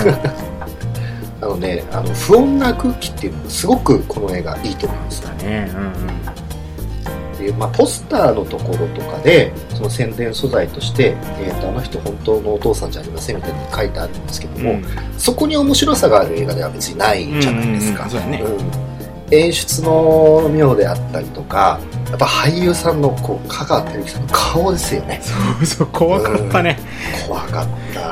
不穏な空気っていうのがすごくこの映画いいと思いますね。で、まあ、ポスターのところとかでその宣伝素材として、あの人本当のお父さんじゃありませんみたいに書いてあるんですけども、そこに面白さがある映画では別にないじゃないですか。演出の妙であったりとか、やっぱ俳優さんのこう香川照之さんの顔ですよね。 そう怖かったね。 怖かった。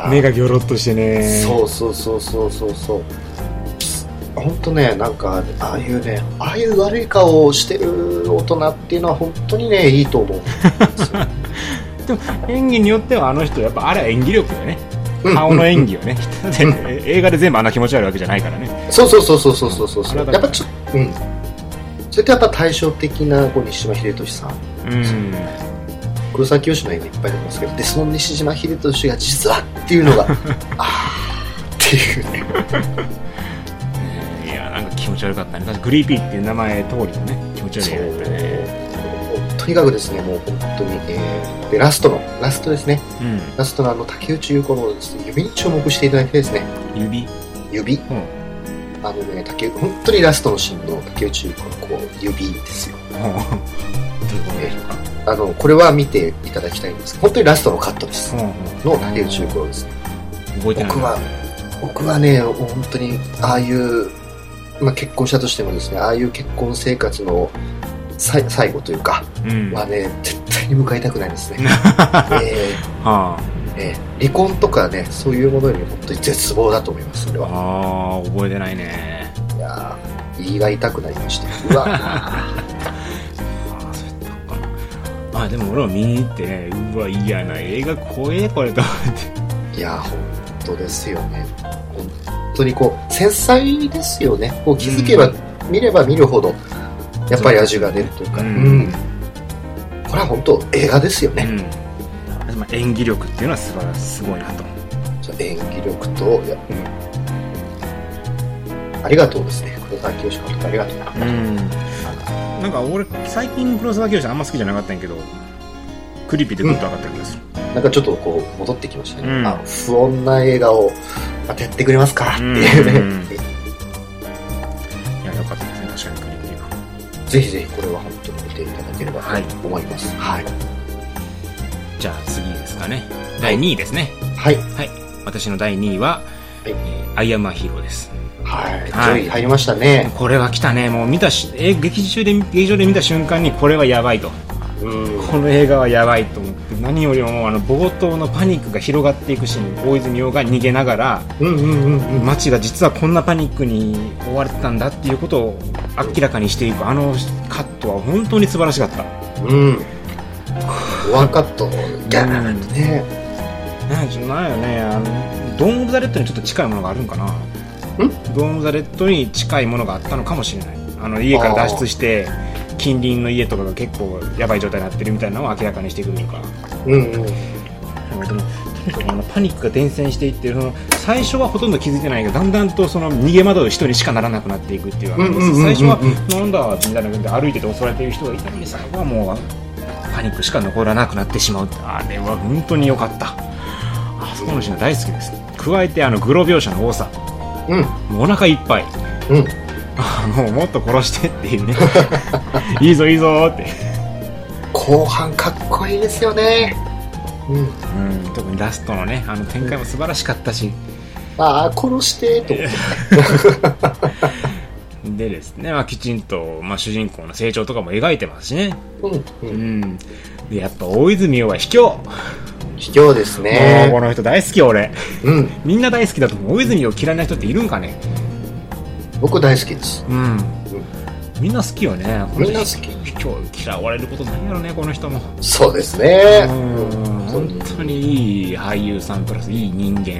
目がギョロッとしてね。 そう本当ね、なんかああいう悪い顔をしてる大人っていうのは本当にねいいと思うんですよ。 でも演技によってはあの人やっぱあれは演技力よね。顔の演技をね、映画で全部あんな気持ち悪いわけじゃないからね。 そうやっぱちょっとそれとやっぱ対照的な西島秀俊さん、黒沢清の映画いっぱい出ますけど、でその西島秀俊が実はっていうのがっていうね。 いやなんか気持ち悪かったね。確かグリーピーっていう名前通りのね気持ち悪い映画だったね。 とにかくですね、もう本当に、でラストですね、ラストの竹内結子のですね、指に注目していただきたいですね。指、本当にラストのシーンの竹内結子のこう指ですよ。これは見ていただきたいんです。本当にラストのカットです、の竹内結子ですね。僕はね本当にああいう、まあ、結婚したとしてもですね、ああいう結婚生活の最後というかはね、絶対に迎えたくないですね。離婚とかね、そういうものより本当に絶望だと思います。それは覚えてないね。 いや胃が痛くなりました。うわそうやったかな。でも俺も見に行ってね、うわ嫌な映画怖えこれと思って。 いや本当ですよね。本当にこう繊細ですよね。こう気づけば、見れば見るほどやっぱり味が出るというか、これは本当映画ですよね。 演技力っていうのはすごいなと。 演技力とありがとうですね。黒沢清監督ありがとう。 なんか俺最近黒沢清あんま好きじゃなかったんやけど、クリピーでグッと上がった気がする。 なんかちょっとこう戻ってきましたね。不穏な映画をまたやってくれますかっていうね。 いや、よかったですね、確かにクリピーは。 ぜひぜひこれは本当に見ていただければと思います。はい。 じゃあ次ですかね。第2位ですね。 はい。 私の第2位は、アイアムアヒーローです。 上位入りましたね。 これは来たね。もう見た劇場で見た瞬間にこれはやばいと。この映画はやばいと思って、何よりも冒頭のパニックが広がっていくシーン、大泉洋が逃げながら、街が実はこんなパニックに追われてたんだっていうことを明らかにしていく、あのカットは本当に素晴らしかった。 ワンカットギャーンってね。 なんよね、ドーム・オブ・ザ・レッドにちょっと近いものがあるんかな。ドーム・オブ・ザ・レッドに近いものがあったのかもしれない。家から脱出して近隣の家とかが結構やばい状態になってるみたいなのを明らかにしてくるのか。でもとにかくパニックが伝染していって、最初はほとんど気づいてないけど、だんだんとその逃げ惑う人にしかならなくなっていくっていうわけです。最初はなんだみたいな感じで歩いてて襲われている人がいたのに、最後はもうパニックしか残らなくなってしまう。あれは本当に良かった。あそこのシーン大好きです。加えてグロ描写の多さ、もうお腹いっぱい、もっと殺してっていうねいいぞいいぞって。 後半かっこいいですよね。 特にラストのね展開も素晴らしかったし、 殺してと思ってでですね、きちんと、主人公の成長とかも描いてますしね。でやっぱ大泉洋は卑怯ですね。この人大好き俺。みんな大好きだと思う。大泉洋嫌いな人っているんかね。 僕大好きです。 みんな好きよね。 みんな好き。 卑怯嫌われることないやろね、この人も。 そうですね。 本当にいい俳優さんプラスいい人間。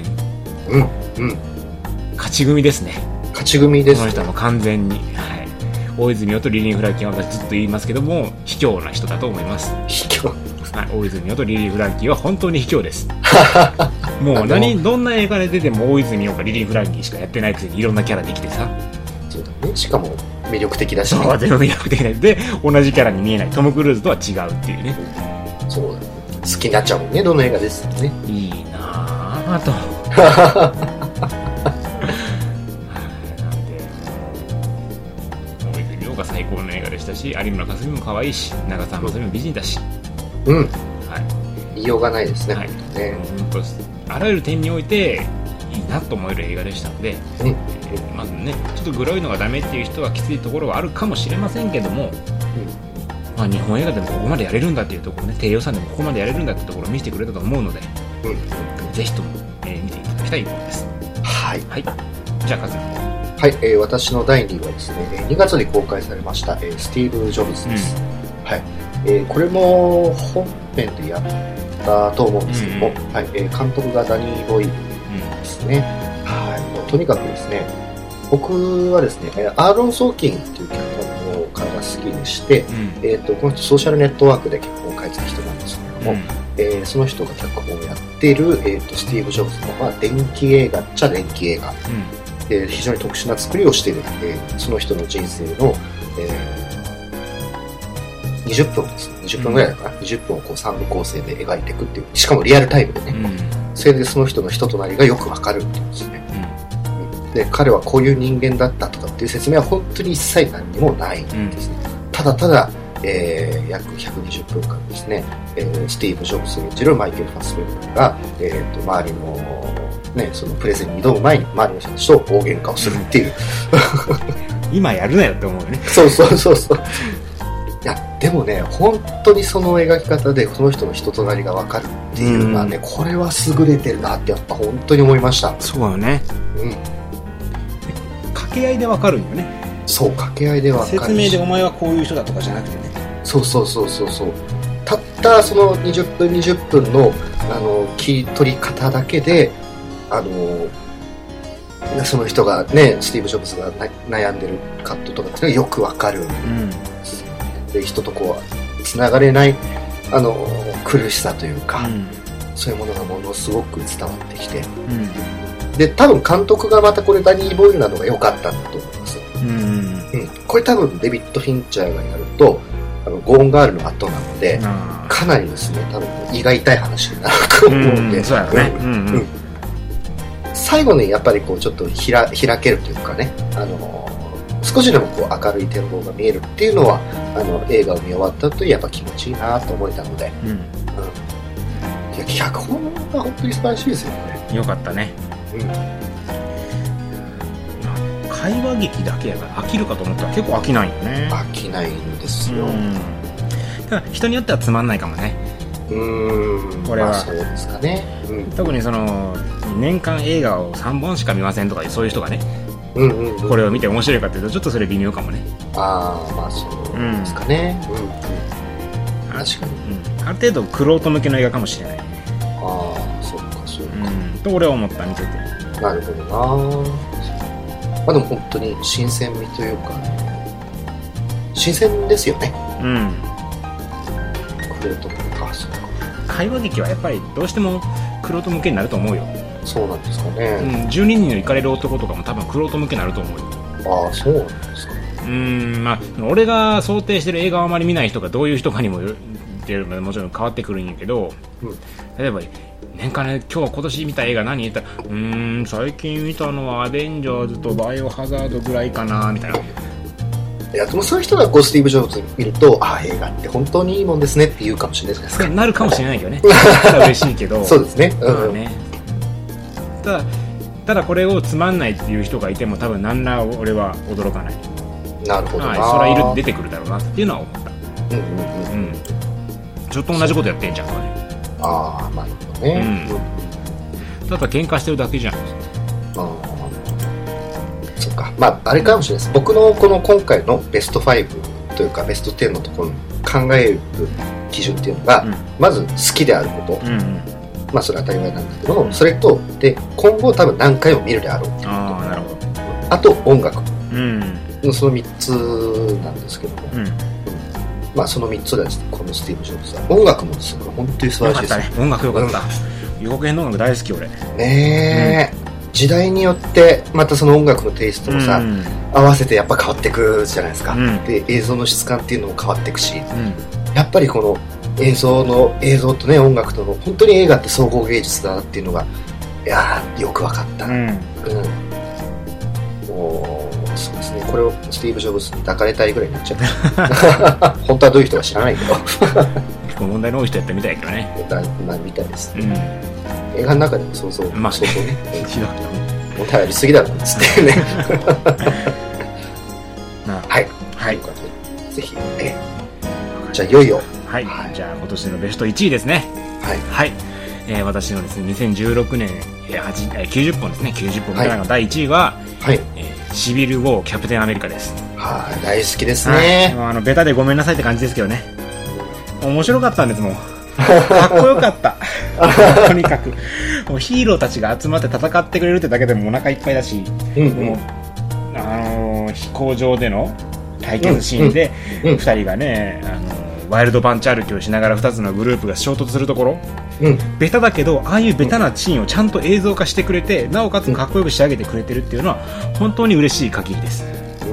勝ち組ですね。 勝ち組です。 この人も完全に。大泉洋とリリー・フランキーは私ずっと言いますけども、卑怯な人だと思います。 卑怯。 大泉洋とリリー・フランキーは本当に卑怯です。もうどんな映画で出ても大泉洋かリリー・フランキーしかやってないくせにいろんなキャラできてさ。 そうだね。しかも魅力的だし、 そう全部魅力的で、同じキャラに見えない。トム・クルーズとは違うっていうね。 そうだね。好きになっちゃうもんね、どの映画ですね。 いいなぁとが最高の映画でしたし、有村架純も可愛いし、長澤まさみも美人だし、 言いようがないですね。本当あらゆる点においていいなと思える映画でしたので、まずね、ちょっとグロいのがダメっていう人はきついところはあるかもしれませんけども、日本映画でもここまでやれるんだっていうところね、低予算でもここまでやれるんだっていうところを見せてくれたと思うので、ぜひとも、見ていただきたいものです。じゃあカズ私の第2位はですね、2月に公開されました、スティーブ・ジョブズです。これも本編でやったと思うんですけども、監督がダニー・ボイルですね。とにかくですね、僕はですね、アーロン・ソーキンという脚本家が好きでして、この人ソーシャルネットワークで脚本を書いてた人なんですけども、その人が脚本をやっている、スティーブ・ジョブズの、電気映画っちゃ電気映画。非常に特殊な作りをしているので、その人の人生の、20分ですね、20分ぐらいだから、20分をこう3部構成で描いていくっていう、しかもリアルタイムでね、それでその人の人となりがよくわかるっていうんですね。で、彼はこういう人間だったとかっていう説明は本当に一切何にもないんですね。ただただ、約120分間ですね、スティーブ・ジョブズ演じるマイケル・ファスベルが、周りのそのプレゼンに挑む前に周りの人たちと大喧嘩をするっていう今やるなよって思うよね。 そういやでもね、本当にその描き方でその人の人となりが分かるっていうのはね、これは優れてるなってやっぱ本当に思いました。 そうよね。掛け合いで分かるんよね。 そう、掛け合いで分かる。 説明でお前はこういう人だとかじゃなくてね。 そうたったその20分の切り取り方だけでその人がね、スティーブ・ジョブズが悩んでる葛藤とかっていうのがよくわかる、で人とこうつながれない苦しさというか、そういうものがものすごく伝わってきて、で多分監督がまたこれダニー・ボイルなのが良かったんだと思います、これ多分デビッド・フィンチャーがやるとゴーンガールの後なので、かなりですね多分胃が痛い話になると思うんで、そうやね、最後にやっぱりこうちょっと開けるというかね、少しでもこう明るい展望が見えるっていうのは映画を見終わった後にやっぱ気持ちいいなと思えたので、いや脚本が本当に素晴らしいですよね。 よかったね。会話劇だけやから飽きるかと思ったら結構飽きないよね。 飽きないんですよ。 ただ人によってはつまんないかもね。これは、 そうですかね。 特にその年間映画を3本しか見ませんとかそういう人がね、これを見て面白いかっていうとちょっとそれ微妙かもね。 まあそうですかね。確かに、 ある程度玄人向けの映画かもしれない。 そうかそうか、 と俺は思った見てて。 なるほどな。でも本当に新鮮味というか、新鮮ですよね。玄人向けか。そうか。 会話劇はやっぱりどうしても玄人向けになると思うよ。 そうなんですかね。 12人の行かれる男とかも多分玄人向けになると思うよ。 そうなんですか。 俺が想定してる映画をあまり見ない人がどういう人かにもよっていうのももちろん変わってくるんやけど、例えば年間ね、今年見た映画何言ったら最近見たのはアベンジャーズとバイオハザードぐらいかなみたいな。 いやでもそういう人がこうスティーブ・ジョブズ見ると映画って本当にいいもんですねって言うかもしれないですか。 なるかもしれないけどね。嬉しいけど。 そうですね。 ただこれをつまんないっていう人がいても多分何ら俺は驚かない。 なるほどな。 それは出てくるだろうなっていうのは思った。ちょっと同じことやってんじゃんかね。 まあね。 ただ喧嘩してるだけじゃん。 そっか。あれかもしれないです。僕のこの今回のベスト5というかベスト10のところに考える基準っていうのが、まず好きであること、それは当たり前なんだけど、それとで今後多分何回も見るであろうっていうこと、 なるほど。 あと音楽、その3つなんですけども、その3つがですね、このスティーブ・ジョブズは音楽もすごい本当に素晴らしいです。 よかったね。音楽よかった。予告編の音楽大好き俺。 時代によってまたその音楽のテイストもさ、合わせてやっぱ変わってくじゃないですか。で映像の質感っていうのも変わってくし、やっぱりこの映像とね音楽との本当に映画って総合芸術だなっていうのがよく分かった。そうですね。これをスティーブ・ジョブズに抱かれたいぐらいになっちゃった本当はどういう人か知らないけど結構問題の多い人やったみたいやけどね。 みたいですね。映画の中でもそうそうねひどいもう頼りすぎだろっつってねはい、ぜひじゃあいよいよじゃあ今年のベスト1位ですね。私のですね2016年90本ですね。90本目の第1位はシビル・ウォー・キャプテン・アメリカです。 大好きですね。 ベタでごめんなさいって感じですけどね。面白かったんですもん。かっこよかったとにかくもうヒーローたちが集まって戦ってくれるってだけでもお腹いっぱいだし、飛行場での対決シーンで2人がねワイルドパンチ歩きをしながら2つのグループが衝突するところ、ベタだけどああいうベタなシーンをちゃんと映像化してくれて、なおかつかっこよく仕上げてくれてるっていうのは本当に嬉しい限りです。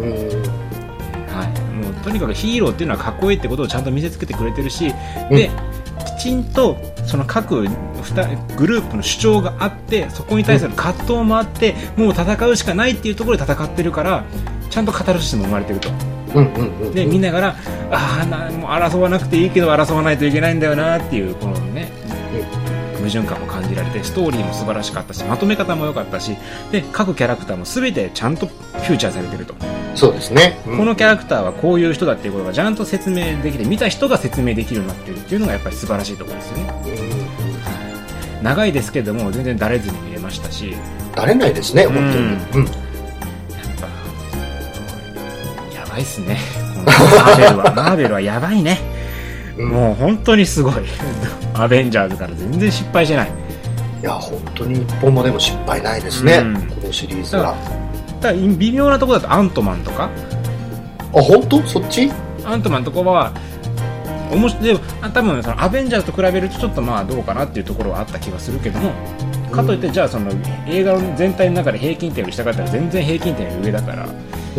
もうとにかくヒーローっていうのはかっこいいってことをちゃんと見せつけてくれてるし、できちんとその各グループの主張があって、そこに対する葛藤もあって、もう戦うしかないっていうところで戦ってるから、ちゃんとカタルシスも生まれてると。で見ながらもう争わなくていいけど争わないといけないんだよなっていうこのね、矛盾感も感じられて、ストーリーも素晴らしかったし、まとめ方も良かったし、で各キャラクターも全てちゃんとフューチャーされてると。 そうですね、 このキャラクターはこういう人だっていうことがちゃんと説明できて、見た人が説明できるようになってるっていうのがやっぱり素晴らしいところですよね。長いですけども全然だれずに見れましたし。 だれないですね、本当に。 やばいっすね、このマーベルはやばいね。もう本当にすごいアベンジャーズから全然失敗してない。 いや本当に一本もでも失敗ないですね、このシリーズは。 だから微妙なところだとアントマンとか。 あ、本当？そっち？ アントマンとかはでも多分そのアベンジャーズと比べるとちょっとまあどうかなっていうところはあった気がするけども、かといってじゃあその映画の全体の中で平均点より下かったら全然平均点より上だから、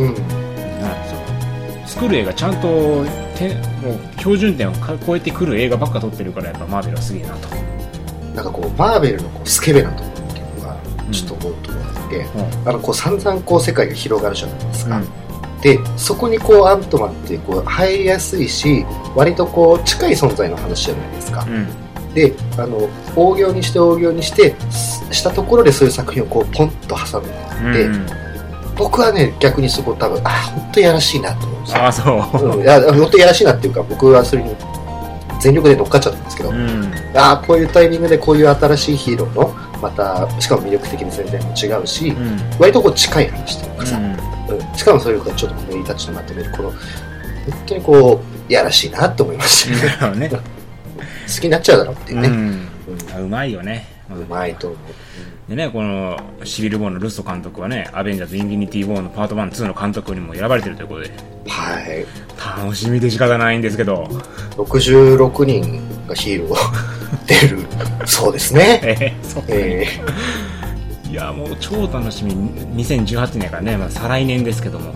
作る映画ちゃんともう標準点を超えてくる映画ばっか撮ってるから、やっぱマーベルはすげえなと。 なんかこうマーベルのこうスケベなところっていうのがちょっと思うところがあって、こう散々こう世界が広がるじゃないですか、でそこにこうアントマンってこう入りやすいし、割とこう近い存在の話じゃないですか、で大行にしてしたところでそういう作品をこうポンと挟むので、僕はね逆にそこ多分本当やらしいなと思うんですよ。そう、いや本当やらしいなっていうか、僕はそれに全力で乗っかっちゃったんですけど、こういうタイミングでこういう新しいヒーローのまたしかも魅力的な宣伝も違うし、割とこう近い話というかさ、しかもそういうちょっとコメディタッチとまとめるこの本当にこうやらしいなと思いましたね。好きになっちゃうだろうっていうね、 うまいよね。 うまいと思う。 でね、このシビル・ウォーのルッソ監督はね、アベンジャーズ・インフィニティ・ウォーのパート1、2の監督にも選ばれてるということで、 はい、 楽しみで仕方ないんですけど、 66人がヒーロー出るそうですね。 いやもう超楽しみ。2018年からね、再来年ですけども、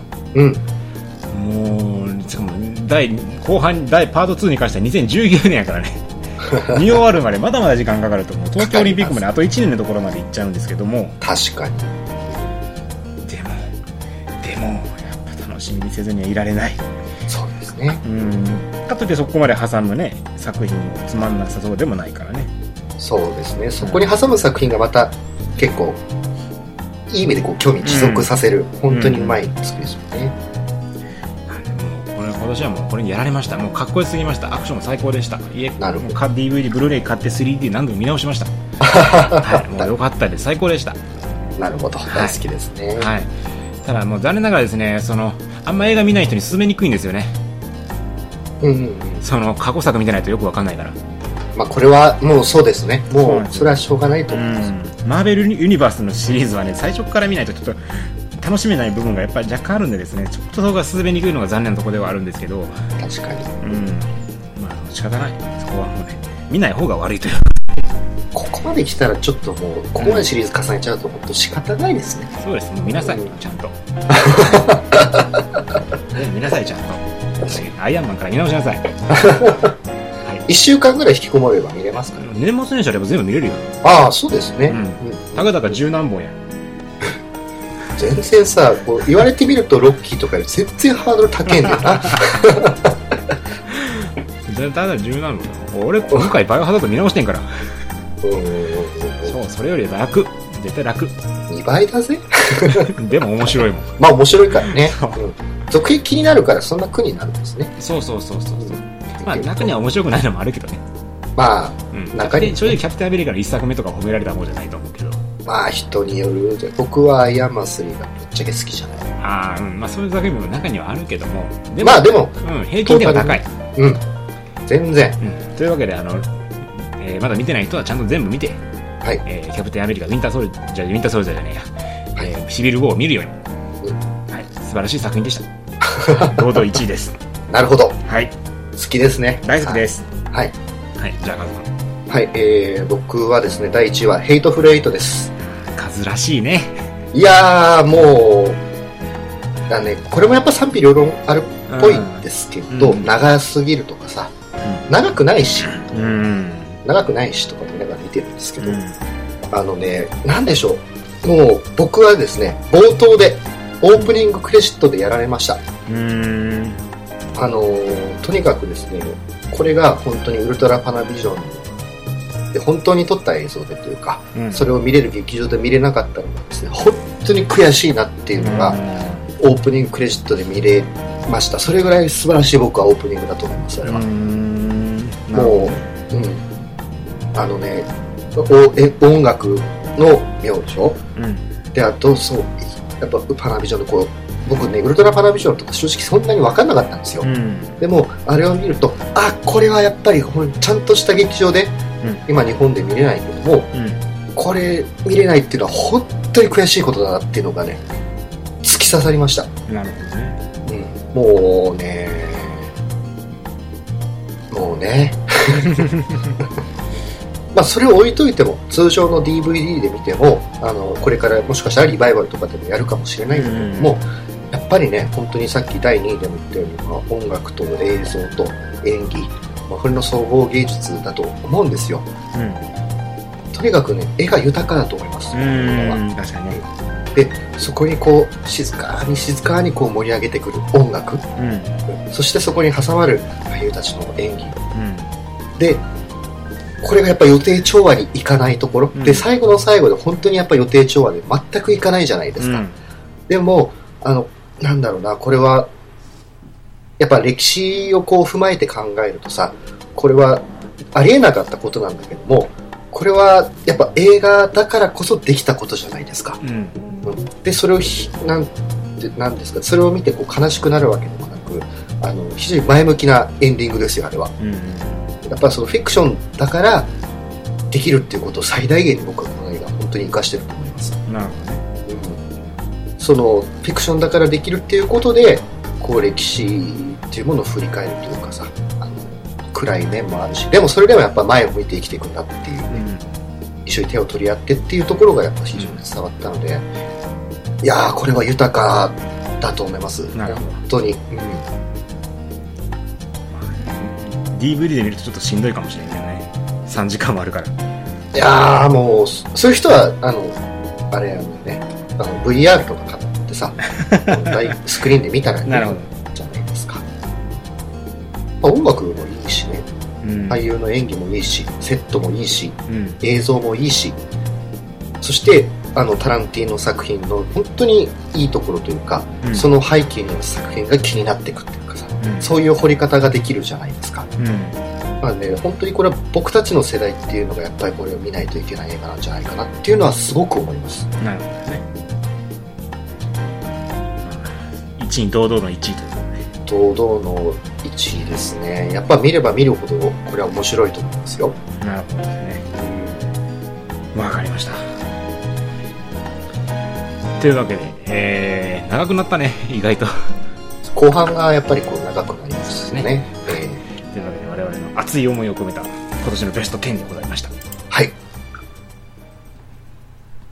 もうしかも後半パート2に関しては2019年やからね見終わるまでまだまだ時間かかると思う。東京オリンピックまであと1年のところまで行っちゃうんですけども、 確かに。 でもやっぱ楽しみにせずにはいられない。 そうですね。 かといってそこまで挟むね作品もつまんなさそうでもないからね。 そうですね。そこに挟む作品がまた結構いい意味でこう興味持続させる、本当にうまい作りですよね。 今年はもうこれにやられました。もうかっこよすぎました。アクションも最高でした。 なるほど。 DVD ブルーレイ買って 3D 何度も見直しましたはい、もう良かったです。最高でした。 なるほど、大好きですね。 はい、ただもう残念ながらですね、あんま映画見ない人に勧めにくいんですよね。その過去作見てないとよく分かんないから。 これはもうそうですね。もうそれはしょうがないと思います。 マーベルユニバースのシリーズはね、最初から見ないとちょっと楽しめない部分がやっぱり若干あるんでですね、ちょっとそこが進めにくいのが残念なところではあるんですけど、 確かに、 仕方ない。そこはもうね、見ない方が悪いというか、 ここまで来たらちょっともうここまでシリーズ重ねちゃうと本当仕方ないですね。 そうです。もう見なさい、ちゃんと見なさい、ちゃんとアイアンマンから見直しなさい 1週間ぐらい引きこもれば見れますから、 年末年始あれば全部見れるよ。 そうですね。 たかだか10何本や。 全然さ、こう言われてみるとロッキーとかより全然ハードル高いんだよなただ10何本。俺今回バイオハザード見直してんからそれより楽。絶対楽。 2倍だぜでも面白いもん。 面白いからね。続編気になるからそんな苦になるんですね。 そう中には面白くないのもあるけどね。 中に正直キャプテンアメリカの1作目とか褒められた方じゃないと思うけど、 人による。僕はアイアンマン3がぶっちゃけ好きじゃない。 そういう作品も中にはあるけども、 でも、 平均では高い。 全然。 というわけでまだ見てない人はちゃんと全部見て、キャプテンアメリカウィンターソルジャーじゃねえや、シビルウォーを見るように。素晴らしい作品でした。堂々1位です。 なるほど。 はい。 好きですね。 大好きです。 はい。 じゃあカズさん。 僕はですね、第1位はヘイトフルエイトです。 カズらしいね。 いやー、もうこれもやっぱ賛否両論あるっぽいんですけど、長すぎるとかさ、長くないしとか見ながら見てるんですけど、なんでしょう、もう僕はですね、冒頭でオープニングクレジットでやられました。とにかくですね、これが本当にウルトラパナビジョンで本当に撮った映像でというか、それを見れる劇場で見れなかったのがですね、本当に悔しいなっていうのがオープニングクレジットで見れました。それぐらい素晴らしい僕はオープニングだと思います。あれはもう、音楽の妙でしょ、で、あとやっぱパナビジョンの僕ね、ウルトラパナビジョンとか正直そんなに分かんなかったんですよ。でもあれを見ると、これはやっぱりちゃんとした劇場で、今日本で見れないけども、 これ見れないっていうのは本当に悔しいことだなっていうのがね突き刺さりました。 なるほどね。 もうねまあそれを置いといても通常の DVD で見てもこれからもしかしたらリバイバルとかでもやるかもしれないんだけども、やっぱりね本当にさっき第2位でも言ったように、音楽と映像と演技、これの総合芸術だと思うんですよ。とにかくね絵が豊かだと思います。 確かにね。 でそこにこう静かにこう盛り上げてくる音楽、そしてそこに挟まる俳優たちの演技、でこれがやっぱ予定調和にいかないところ、で最後の最後で本当にやっぱ予定調和で全くいかないじゃないですか。でもなんだろうな、これはやっぱ歴史をこう踏まえて考えるとさ、これはありえなかったことなんだけども、これはやっぱ映画だからこそできたことじゃないですか。でそれをなんですか、それを見てこう悲しくなるわけでもなく、非常に前向きなエンディングですよ、あれは。やっぱそのフィクションだからできるっていうことを最大限に僕はこの映画本当に生かしてると思います。 なるほどね。 そのフィクションだからできるっていうことでこう歴史っていうものを振り返るというかさ、暗い面もあるし、でもそれでもやっぱ前を向いて生きていくんだっていう、一緒に手を取り合ってっていうところがやっぱ非常に伝わったので、いやーこれは豊かだと思います。 なるほど、 本当に。 DVD で見るとちょっとしんどいかもしれないね。3時間もあるから。 いやーもうそういう人はあれやね、VR とか買ってさ大スクリーンで見たらいいじゃないですか。音楽もいいしね、俳優の演技もいいし、セットもいいし、映像もいいし、そしてタランティーノ作品の本当にいいところというか、その背景にある作品が気になっていくっていうかさ、そういう掘り方ができるじゃないですか。本当にこれは僕たちの世代っていうのがやっぱりこれを見ないといけない映画なんじゃないかなっていうのはすごく思います。 なるほどね。1位堂々の1位ということで、堂々の1位ですね。やっぱ見れば見るほどこれは面白いと思いますよ。 なるほどですね。わかりました。というわけで、長くなったね、意外と。 後半がやっぱりこう長くなりますね。 というわけで我々の熱い思いを込めた今年のベスト10でございました。